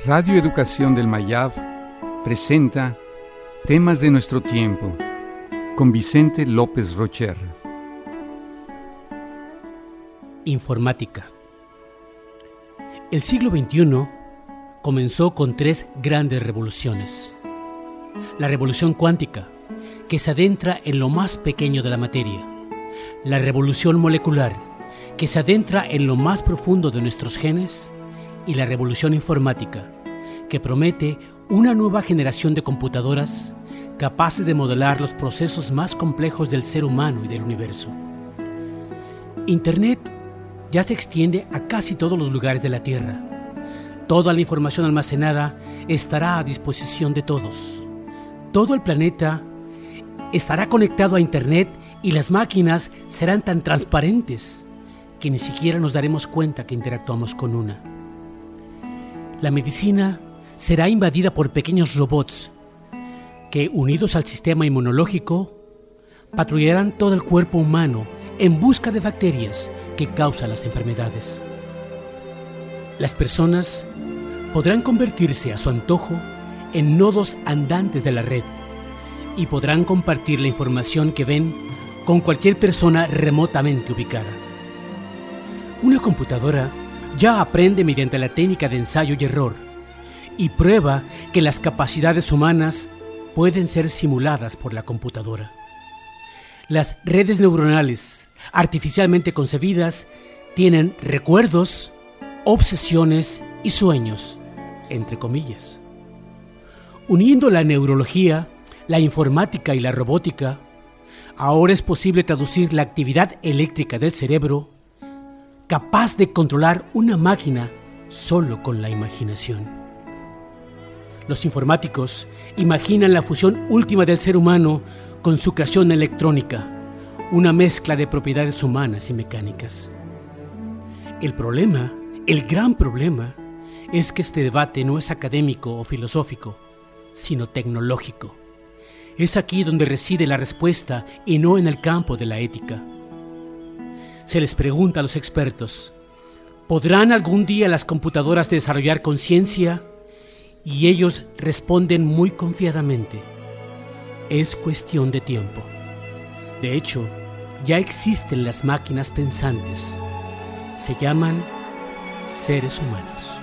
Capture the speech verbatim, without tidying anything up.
Radio Educación del Mayab presenta Temas de nuestro tiempo con Vicente López Rocher. Informática. El siglo veintiuno comenzó con tres grandes revoluciones. La revolución cuántica, que se adentra en lo más pequeño de la materia. La revolución molecular, que se adentra en lo más profundo de nuestros genes. Y la revolución informática, que promete una nueva generación de computadoras capaces de modelar los procesos más complejos del ser humano y del universo. Internet ya se extiende a casi todos los lugares de la Tierra. Toda la información almacenada estará a disposición de todos. Todo el planeta estará conectado a Internet y las máquinas serán tan transparentes que ni siquiera nos daremos cuenta que interactuamos con una. La medicina será invadida por pequeños robots que, unidos al sistema inmunológico, patrullarán todo el cuerpo humano en busca de bacterias que causan las enfermedades. Las personas podrán convertirse a su antojo en nodos andantes de la red y podrán compartir la información que ven con cualquier persona remotamente ubicada. Una computadora ya aprende mediante la técnica de ensayo y error y prueba que las capacidades humanas pueden ser simuladas por la computadora. Las redes neuronales artificialmente concebidas tienen recuerdos, obsesiones y sueños, entre comillas. Uniendo la neurología, la informática y la robótica, ahora es posible traducir la actividad eléctrica del cerebro capaz de controlar una máquina solo con la imaginación. Los informáticos imaginan la fusión última del ser humano con su creación electrónica, una mezcla de propiedades humanas y mecánicas. El problema, el gran problema, es que este debate no es académico o filosófico, sino tecnológico. Es aquí donde reside la respuesta y no en el campo de la ética. Se les pregunta a los expertos, ¿podrán algún día las computadoras desarrollar conciencia? Y ellos responden muy confiadamente, es cuestión de tiempo. De hecho, ya existen las máquinas pensantes. Se llaman seres humanos.